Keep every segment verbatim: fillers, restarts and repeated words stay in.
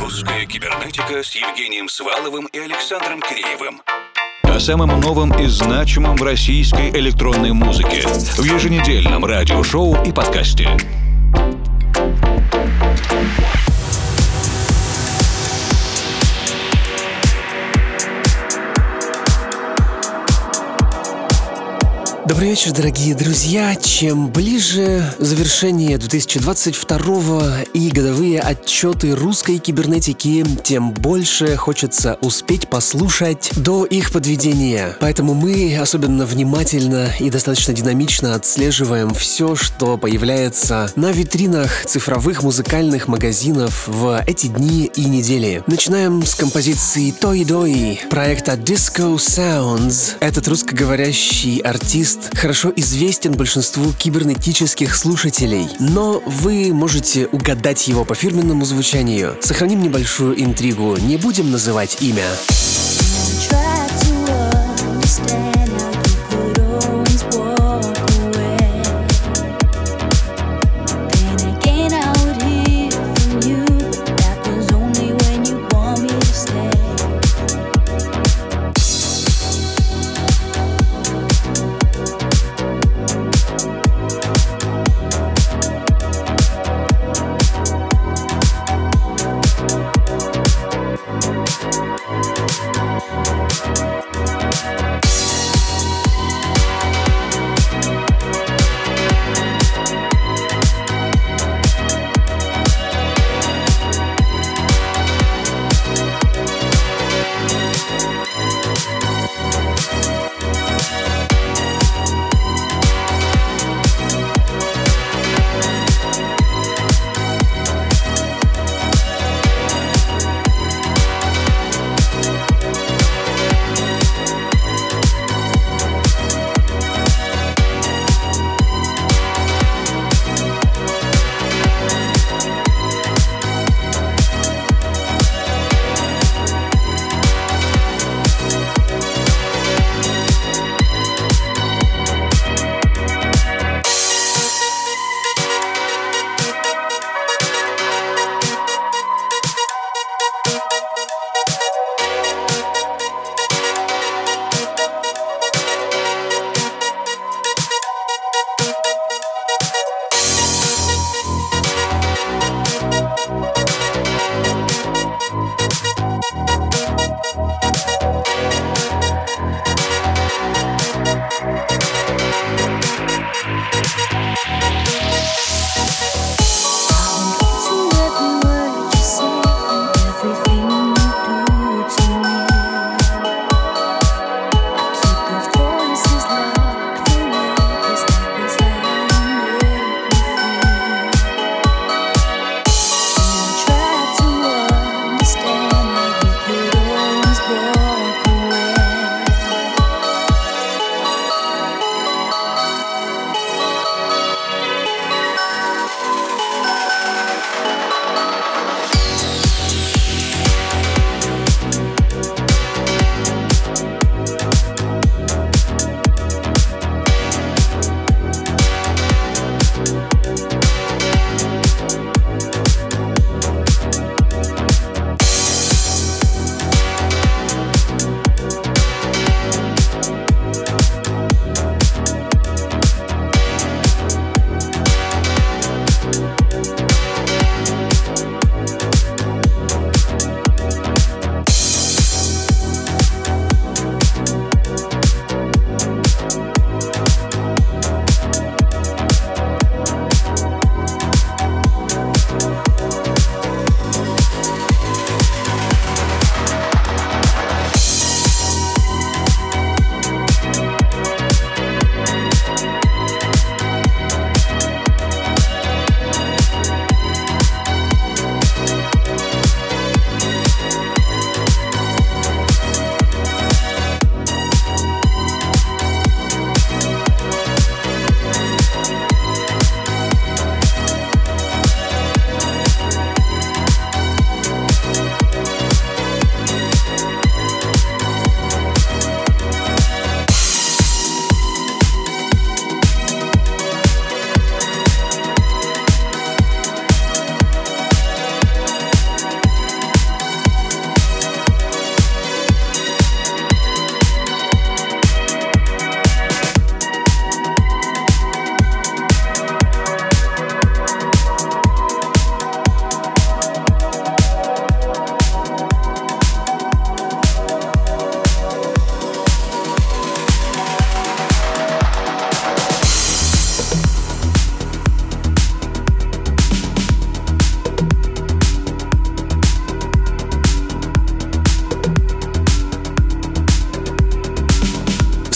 Русская кибернетика с Евгением Сваловым и Александром Киреевым. О самом новом и значимом в российской электронной музыке в еженедельном радиошоу и подкасте. Добрый вечер, дорогие друзья. Чем ближе завершение две тысячи двадцать второго и годовые отчеты русской кибернетики, тем больше хочется успеть послушать до их подведения. Поэтому мы особенно внимательно и достаточно динамично отслеживаем все, что появляется на витринах цифровых музыкальных магазинов в эти дни и недели. Начинаем с композиции Той Дой проекта Disco Sounds. Этот русскоговорящий артист хорошо известен большинству кибернетических слушателей, но вы можете угадать его по фирменному звучанию. Сохраним небольшую интригу, не будем называть имя.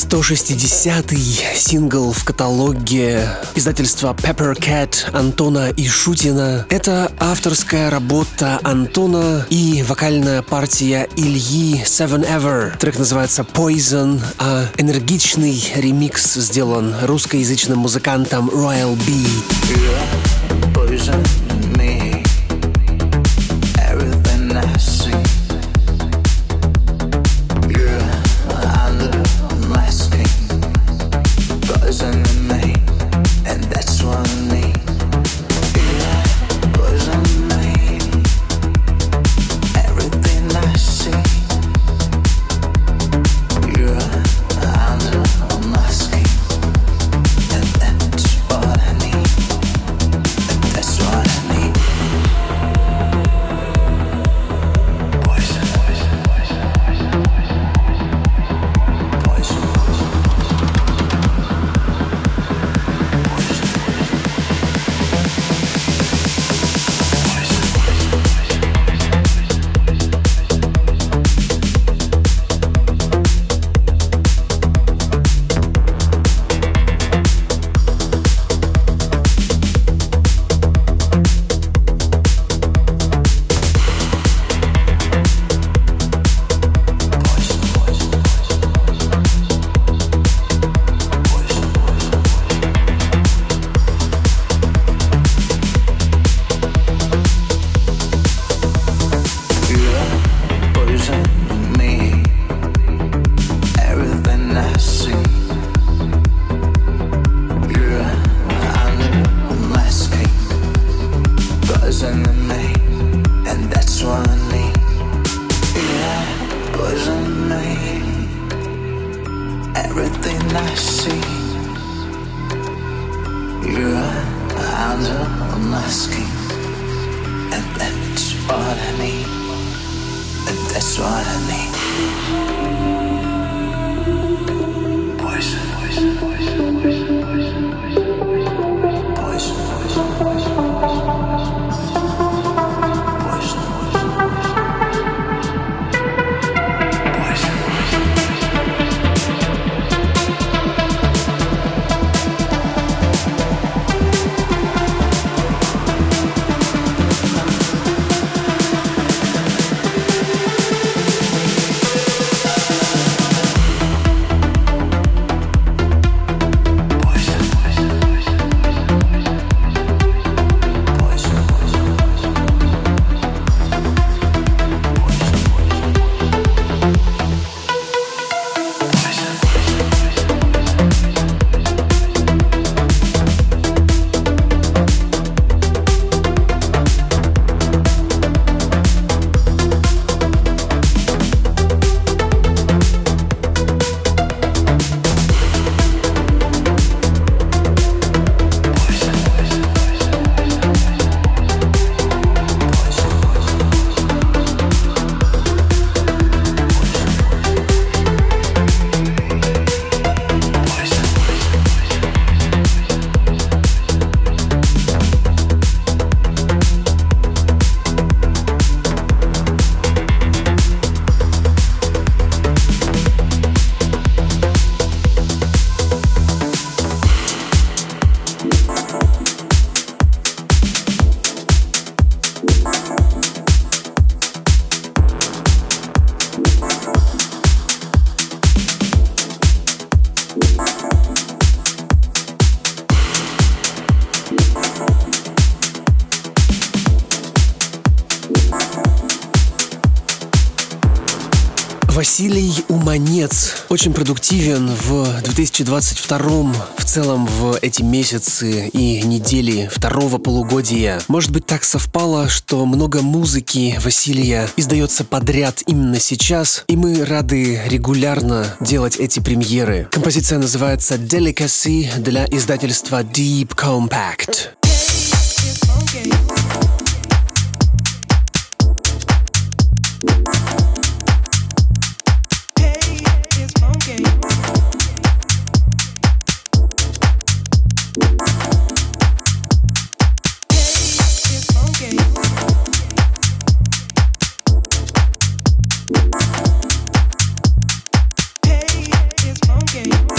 сто шестидесятый сингл в каталоге издательства Pepper Cat Антона Ишутина. Это авторская работа Антона и вокальная партия Ильи Seven Ever. Трек называется Poison, а энергичный ремикс сделан русскоязычным музыкантом Royal B. Василий Уманец очень продуктивен в две тысячи двадцать втором, в целом в эти месяцы и недели второго полугодия. Может быть, так совпало, что много музыки Василия издается подряд именно сейчас, и мы рады регулярно делать эти премьеры. Композиция называется Delicacy для издательства Deep Compact. Okay.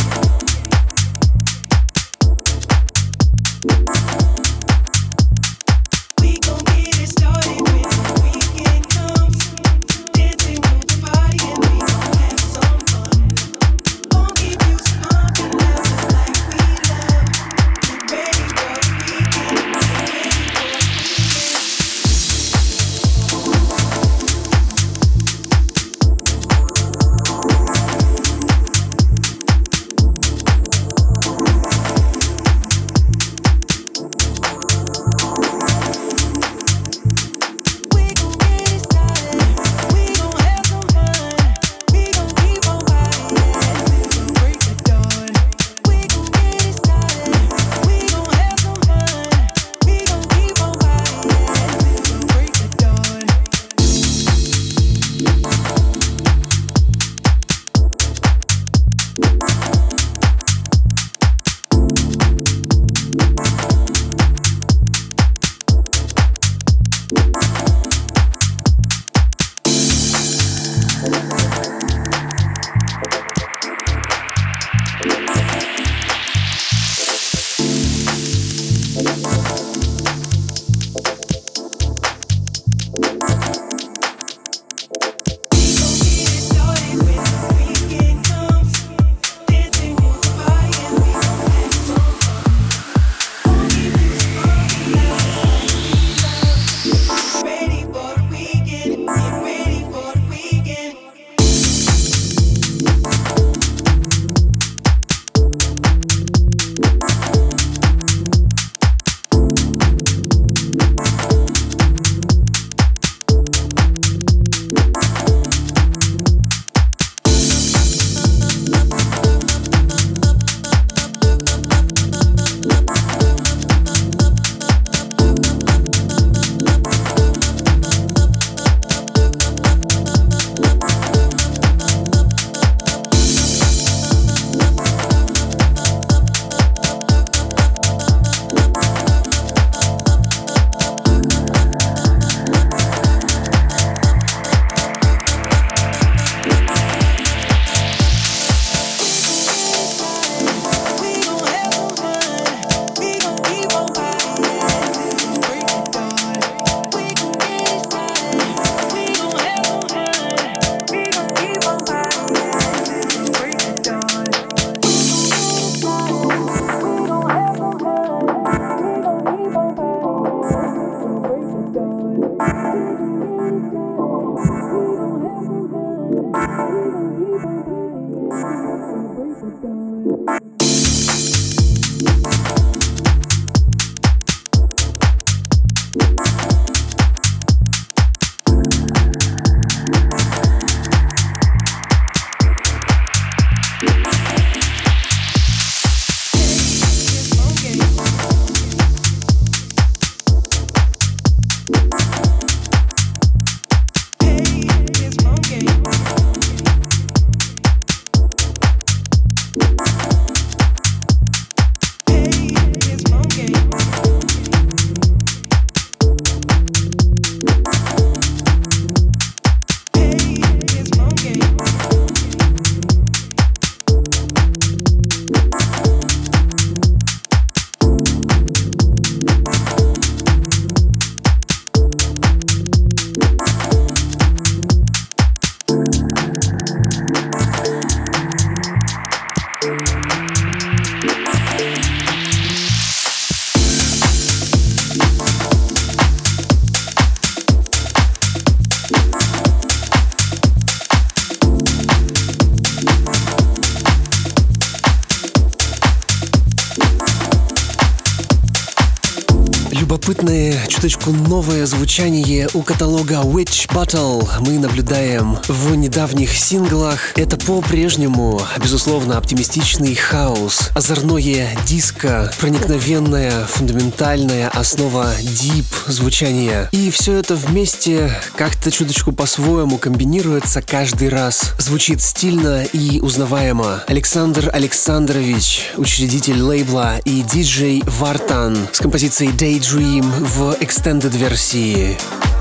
Любопытное, чуточку новое звучание у каталога Witch Battle мы наблюдаем в недавних синглах. Это по-прежнему, безусловно, оптимистичный хаос, озорное диско, проникновенная, фундаментальная основа дип звучания. И все это вместе как-то чуточку по-своему комбинируется каждый раз. Звучит стильно и узнаваемо. Александр Александрович, учредитель лейбла, и диджей Вартан с композицией Daydream в extended версии.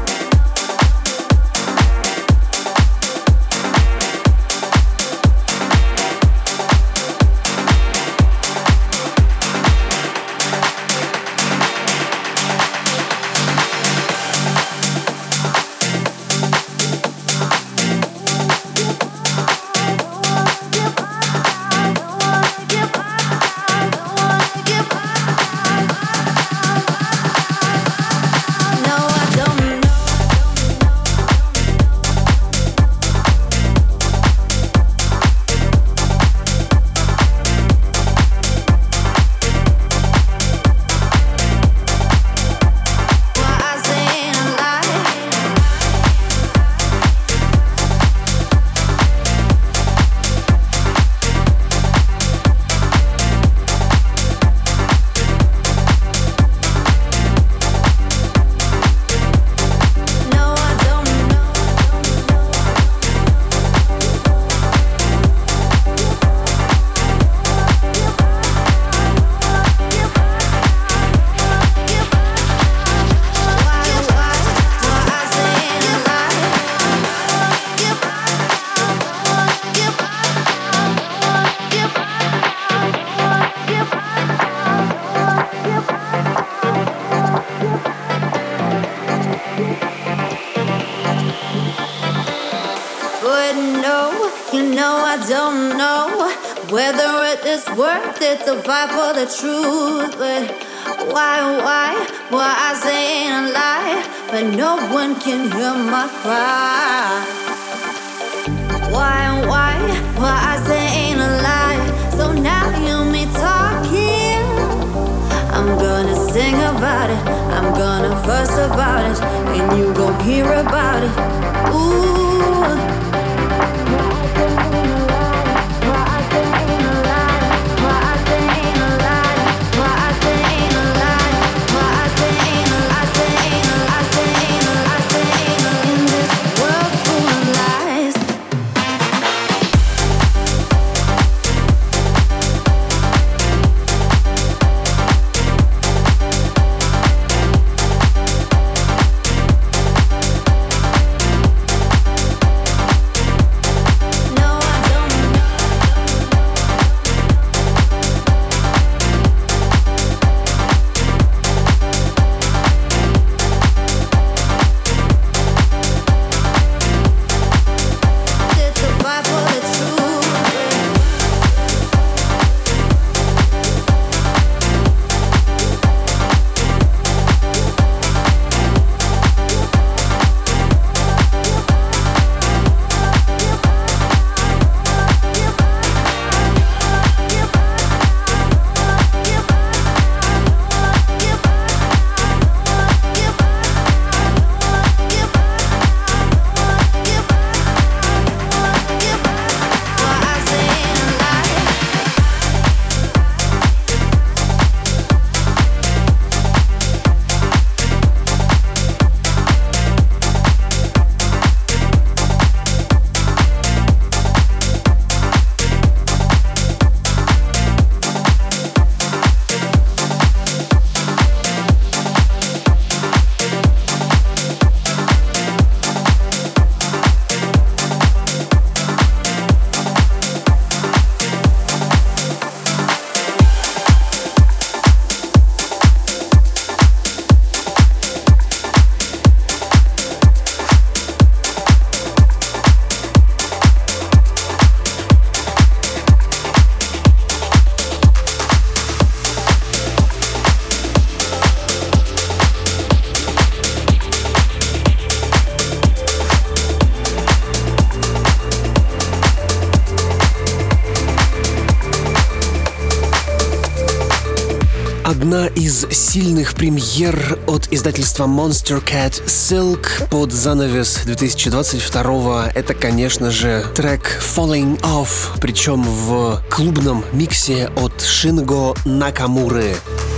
To fight for the truth, but why, why, why I say a lie, but no one can hear my cry. Why, why, why I say a lie, so now hear me talking. I'm gonna sing about it, I'm gonna fuss about it, and you gon' hear about it. Ooh. одна из сильных премьер от издательства Monster Cat Silk под занавес две тысячи двадцать второго. Это, конечно же, трек Falling Off, причем в клубном миксе от Шинго Накамуры.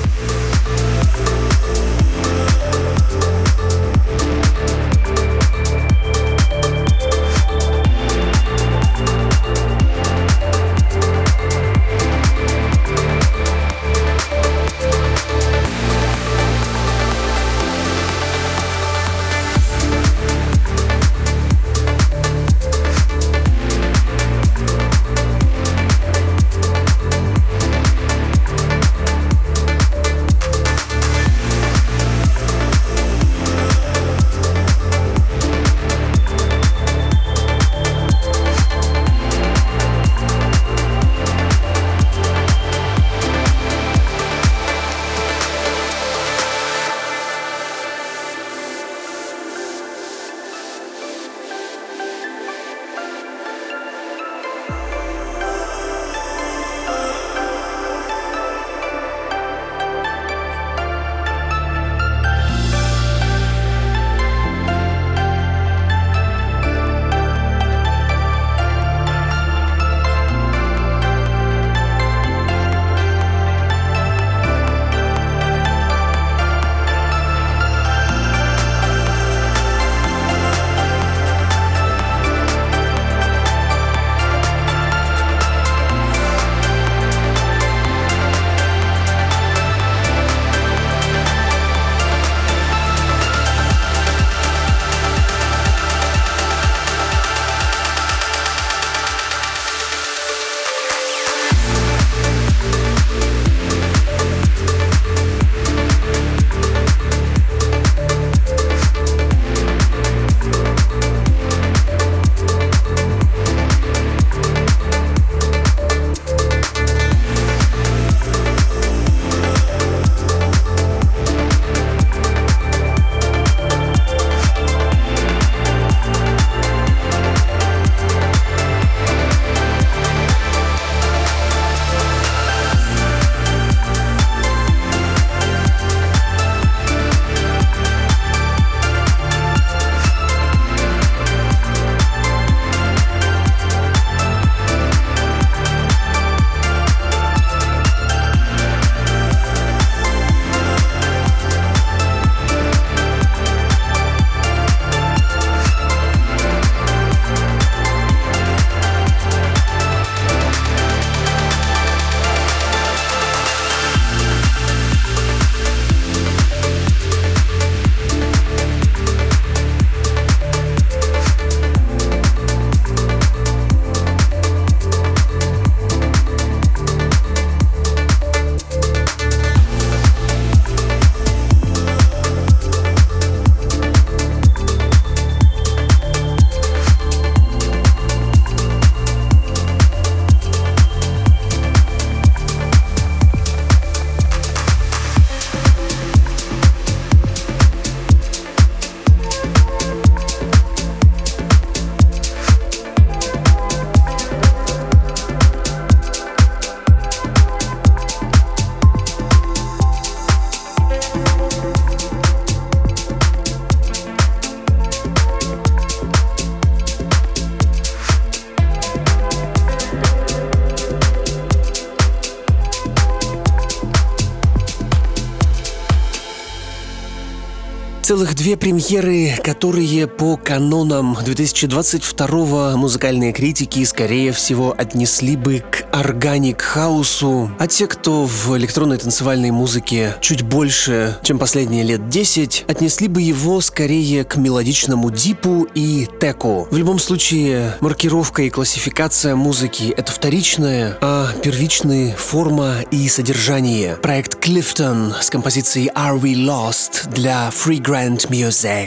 Целых две премьеры, которые по канонам две тысячи двадцать второго музыкальные критики, скорее всего, отнесли бы к органик-хаусу, а те, кто в электронной танцевальной музыке чуть больше, чем последние лет десять, отнесли бы его скорее к мелодичному дипу и теку. В любом случае, маркировка и классификация музыки — это вторичная, а первичные — форма и содержание. Проект Clifton с композицией Are We Lost для Free Grand Music.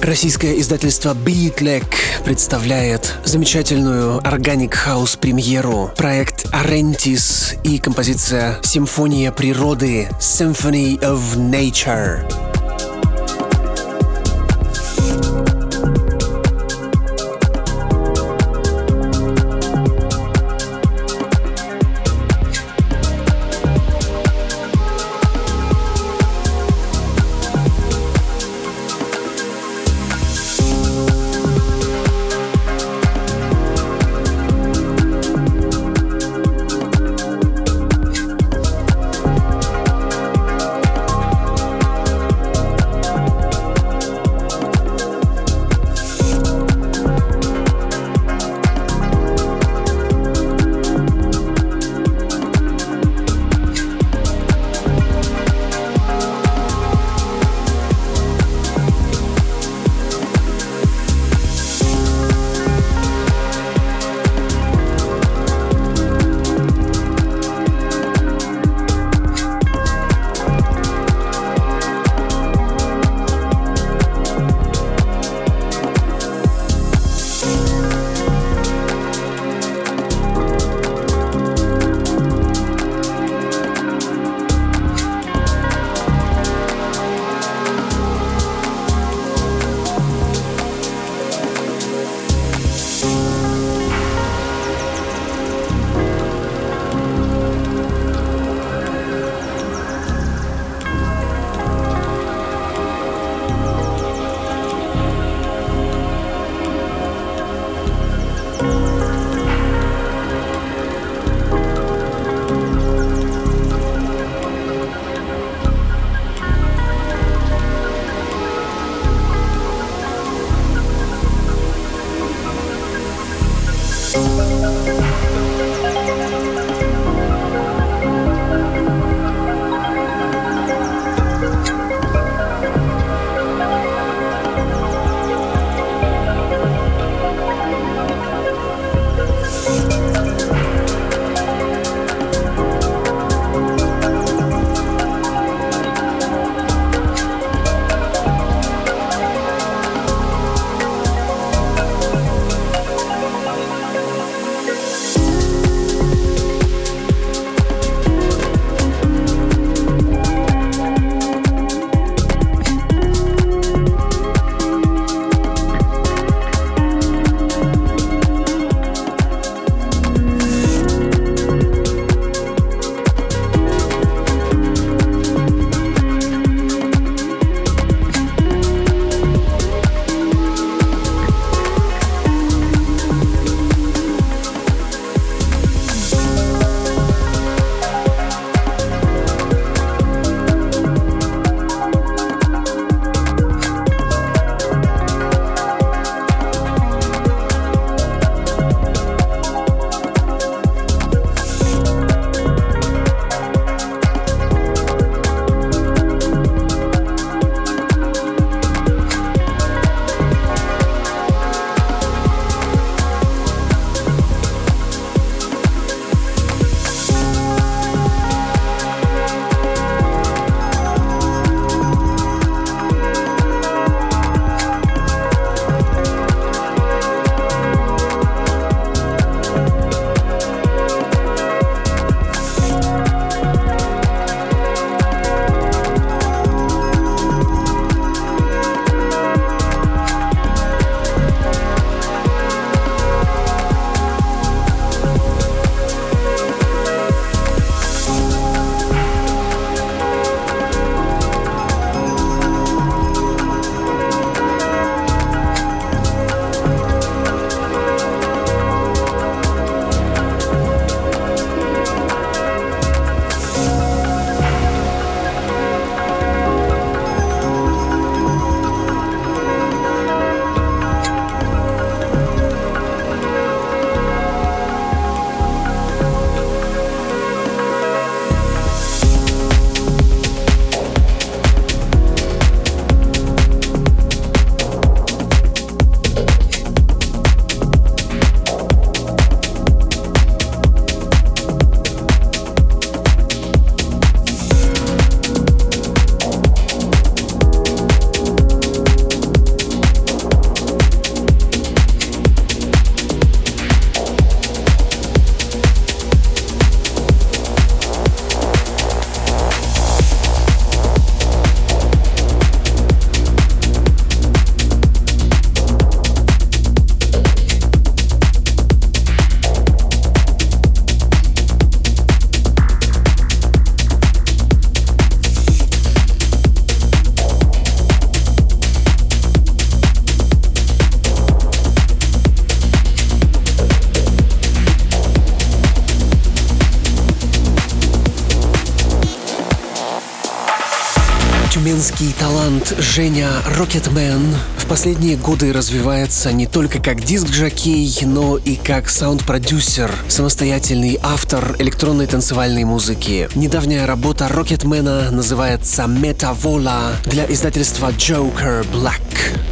Российское издательство Beatleg представляет замечательную Organic House премьеру. Проект Arentis и композиция «Симфония природы» Symphony of Nature. казахстанский талант Женя Рокетмен в последние годы развивается не только как диск-жокей, но и как саунд-продюсер, самостоятельный автор электронной танцевальной музыки. Недавняя работа Рокетмена называется «Метавола» для издательства Joker Black.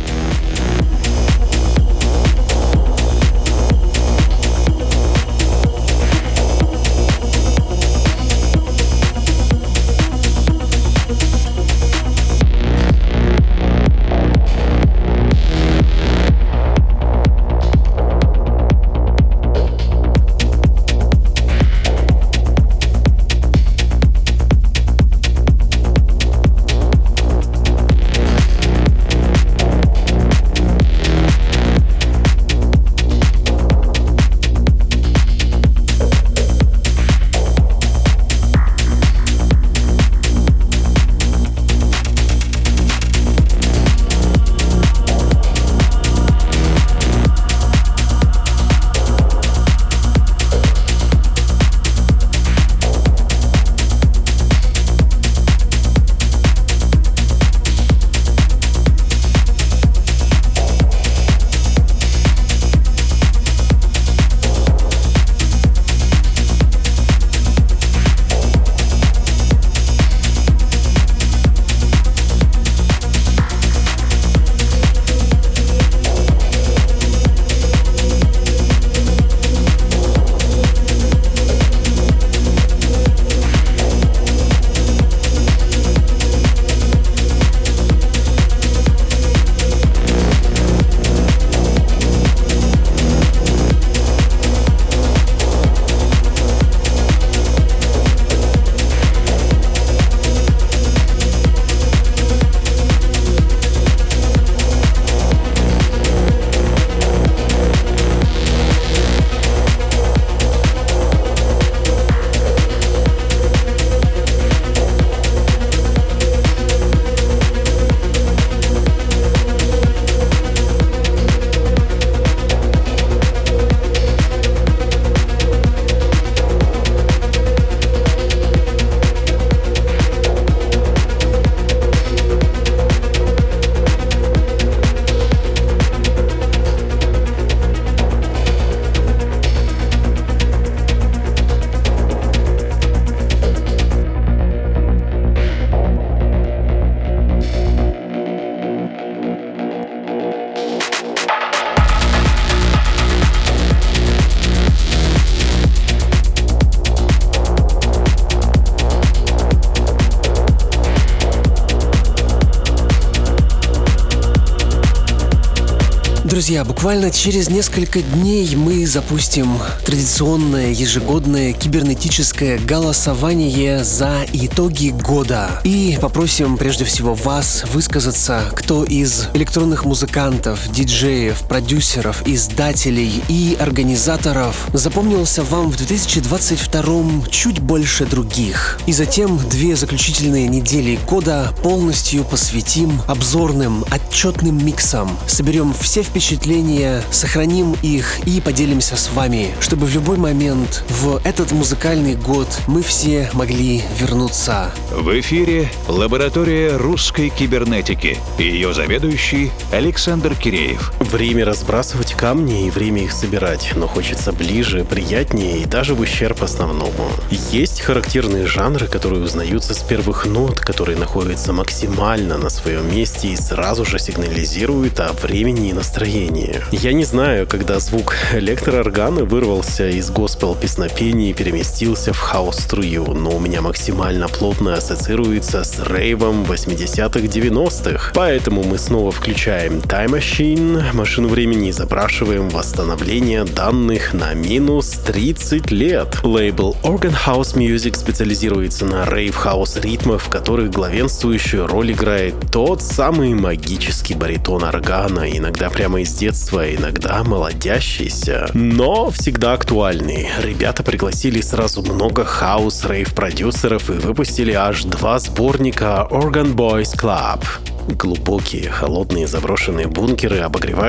Друзья, буквально через несколько дней мы запустим традиционное ежегодное кибернетическое голосование за итоги года. И попросим прежде всего вас высказаться, кто из электронных музыкантов, диджеев, продюсеров, издателей и организаторов запомнился вам в две тысячи двадцать втором чуть больше других. И затем две заключительные недели года полностью посвятим обзорным, отчетным миксам. Соберем все впечатления, сохраним их и поделимся с вами, чтобы в любой момент в этот музыкальный год мы все могли вернуться. В эфире лаборатория русской кибернетики и ее заведующий Александр Киреев. Время разбрасывать камни и время их собирать, но хочется ближе, приятнее и даже в ущерб основному. Есть характерные жанры, которые узнаются с первых нот, которые находятся максимально на своем месте и сразу же сигнализируют о времени и настроении. Я не знаю, когда звук электрооргана вырвался из госпел-песнопений и переместился в хаос-струю, но у меня максимально плотно ассоциируется с рейвом восьмидесятых-девяностых. Поэтому мы снова включаем Time Machine, машину времени, и запрашиваем восстановление данных на минус тридцать лет. Лейбл Organ House Music специализируется на рейв-хаус ритмах, в которых главенствующую роль играет тот самый магический баритон органа, иногда прямо из детства, иногда молодящийся, но всегда актуальный. Ребята пригласили сразу много хаус-рейв-продюсеров и выпустили аж два сборника Organ Boys Club. Глубокие, холодные, заброшенные бункеры обогревают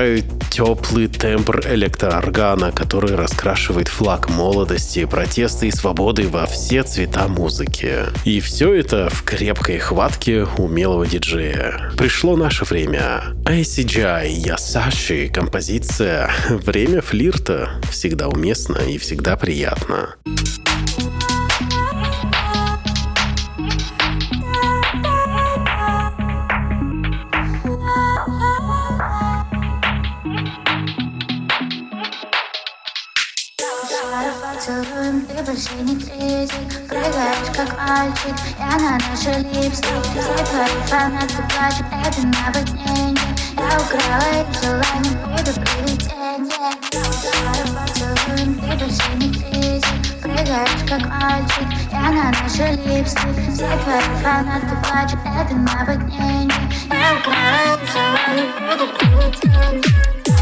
теплый тембр электрооргана, который раскрашивает флаг молодости, протеста и свободы во все цвета музыки. И все это в крепкой хватке умелого диджея. Пришло наше время. эй си джи Yasashi, композиция «Время флирта» всегда уместно и всегда приятно. Поцелуем, ты больше не критик. Прыгаешь как мальчик, я наношу липстик. Все твои фанаты плачут, это наводнение. Я украла их желание, буду привидение. Поцелуем, ты больше не критик. Прыгаешь как мальчик, я наношу липстик. Все твои фанаты плачут, это наводнение. Я украла их желание, буду привидение.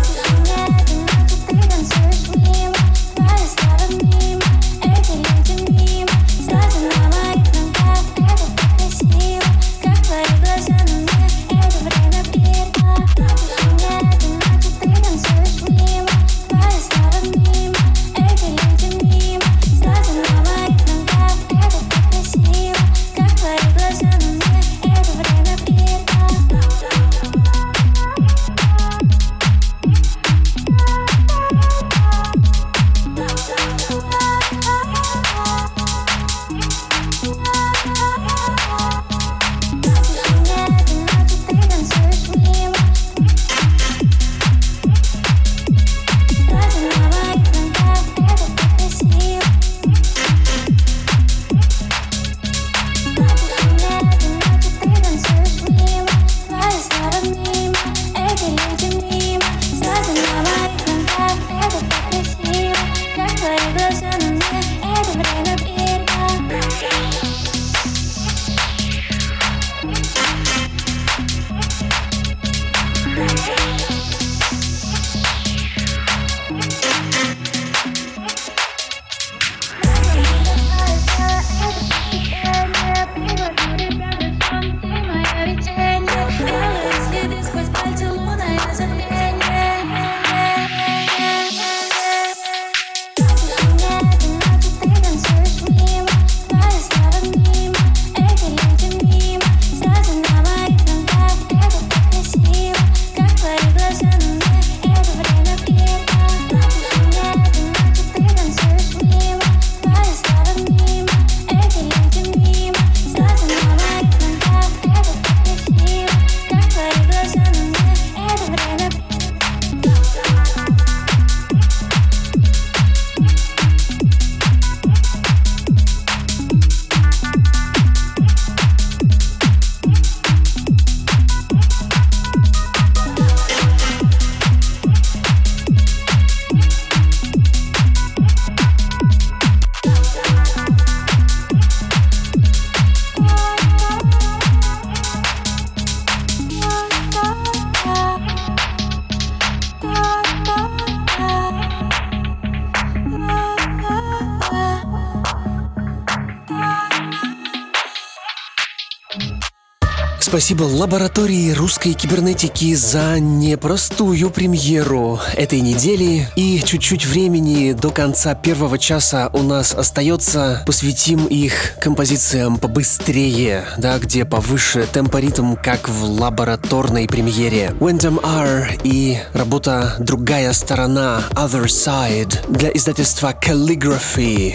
Спасибо лаборатории русской кибернетики за непростую премьеру этой недели. И чуть-чуть времени до конца первого часа у нас остается. Посвятим их композициям побыстрее, да, где повыше темпоритм, как в лабораторной премьере. Wendam R и работа «Другая сторона» Other Side для издательства Calligraphy.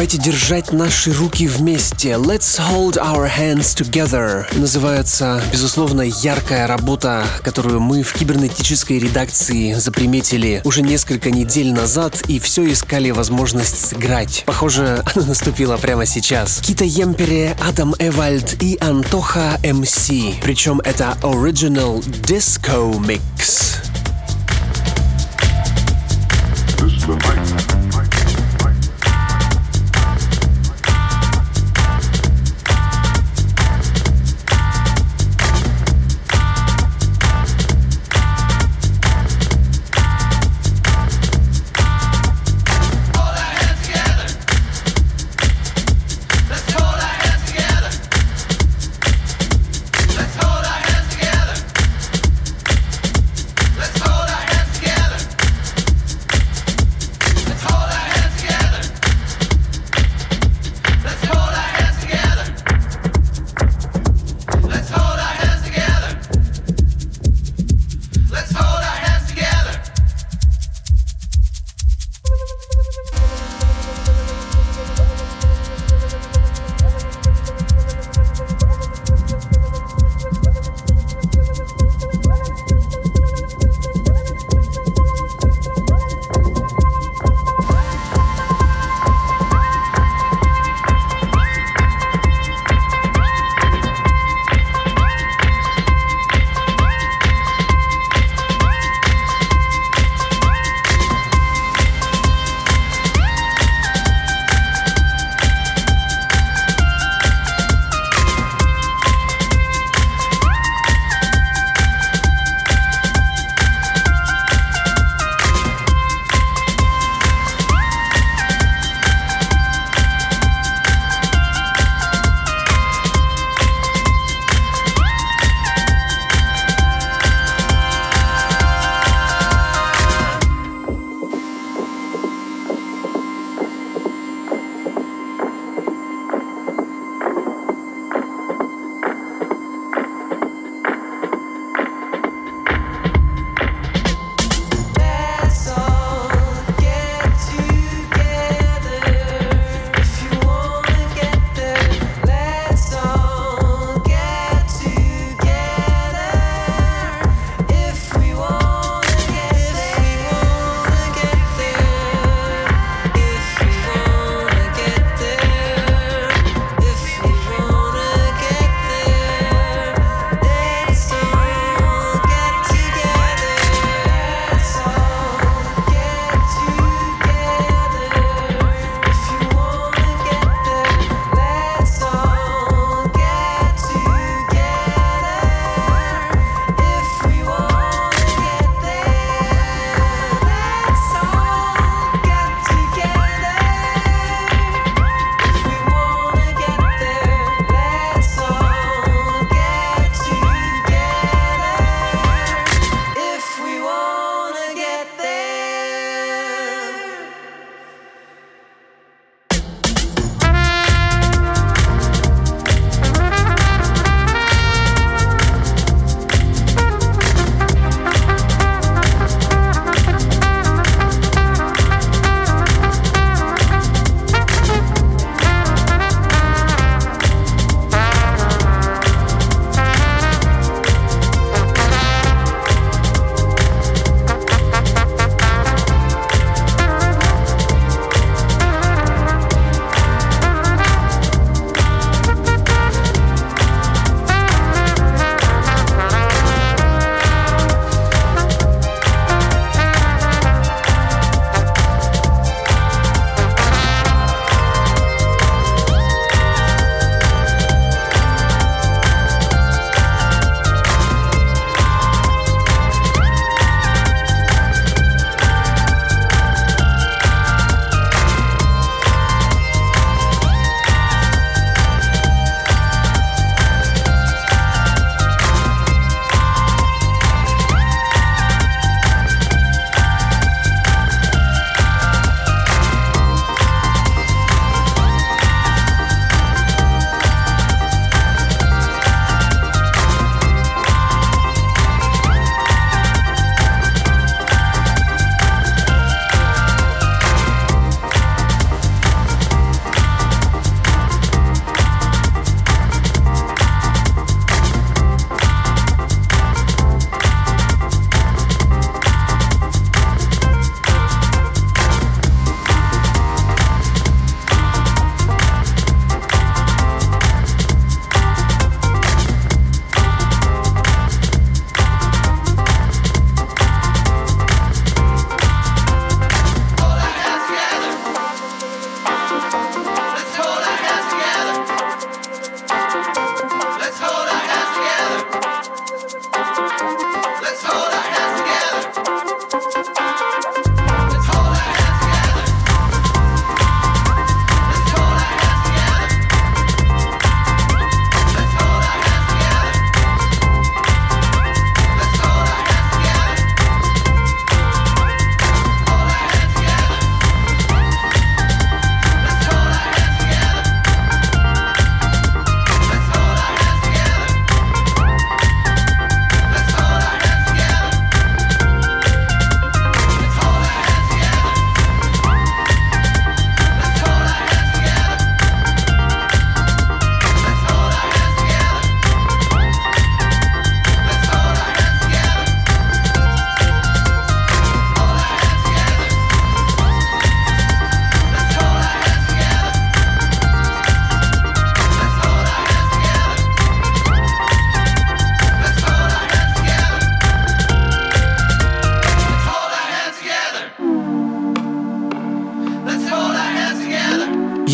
Давайте держать наши руки вместе. Let's hold our hands together. Называется, безусловно, яркая работа, которую мы в кибернетической редакции заприметили уже несколько недель назад и все искали возможность сыграть. Похоже, она наступила прямо сейчас. Кита Емпере, Адам Эвальд и Антоха эм си. Причем это Original Disco Mix. Let's hold our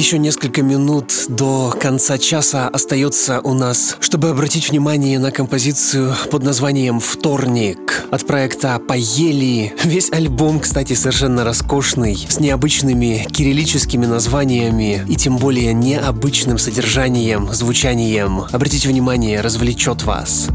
Еще несколько минут до конца часа остается у нас, чтобы обратить внимание на композицию под названием «Вторник» от проекта «Поели». Весь альбом, кстати, совершенно роскошный, с необычными кириллическими названиями и тем более необычным содержанием, звучанием. Обратите внимание, развлечет вас.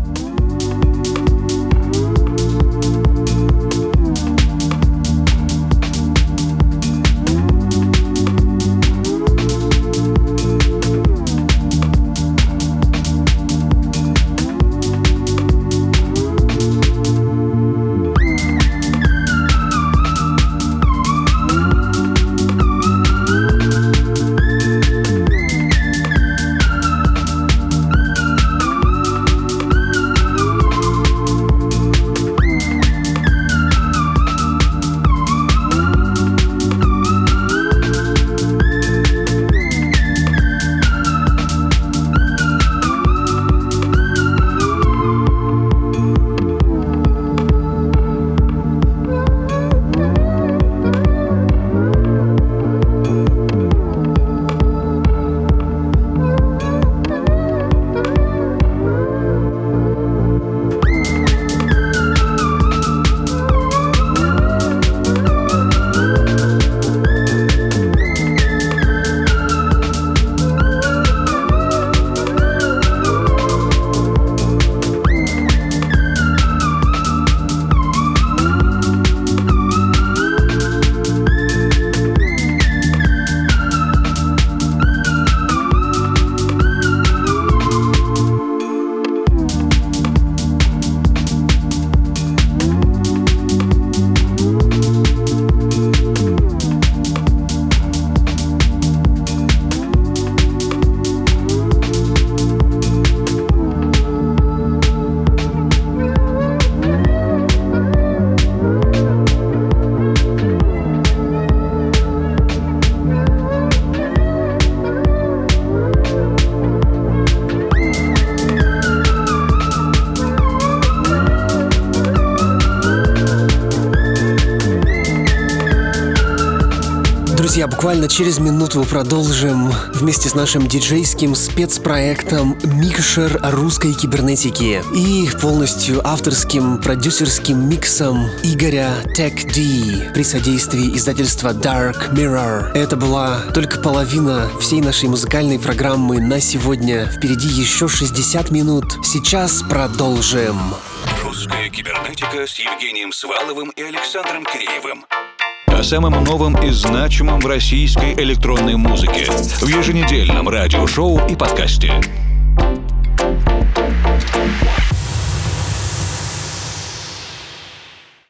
Друзья, буквально через минуту продолжим вместе с нашим диджейским спецпроектом «Микшер русской кибернетики» и полностью авторским продюсерским миксом Игоря Tech D при содействии издательства Dark Mirror. Это была только половина всей нашей музыкальной программы на сегодня. Впереди еще шестьдесят минут. Сейчас продолжим. Русская кибернетика с Евгением Сваловым и Александром Киреевым. О самом новом и значимом в российской электронной музыке в еженедельном радиошоу и подкасте.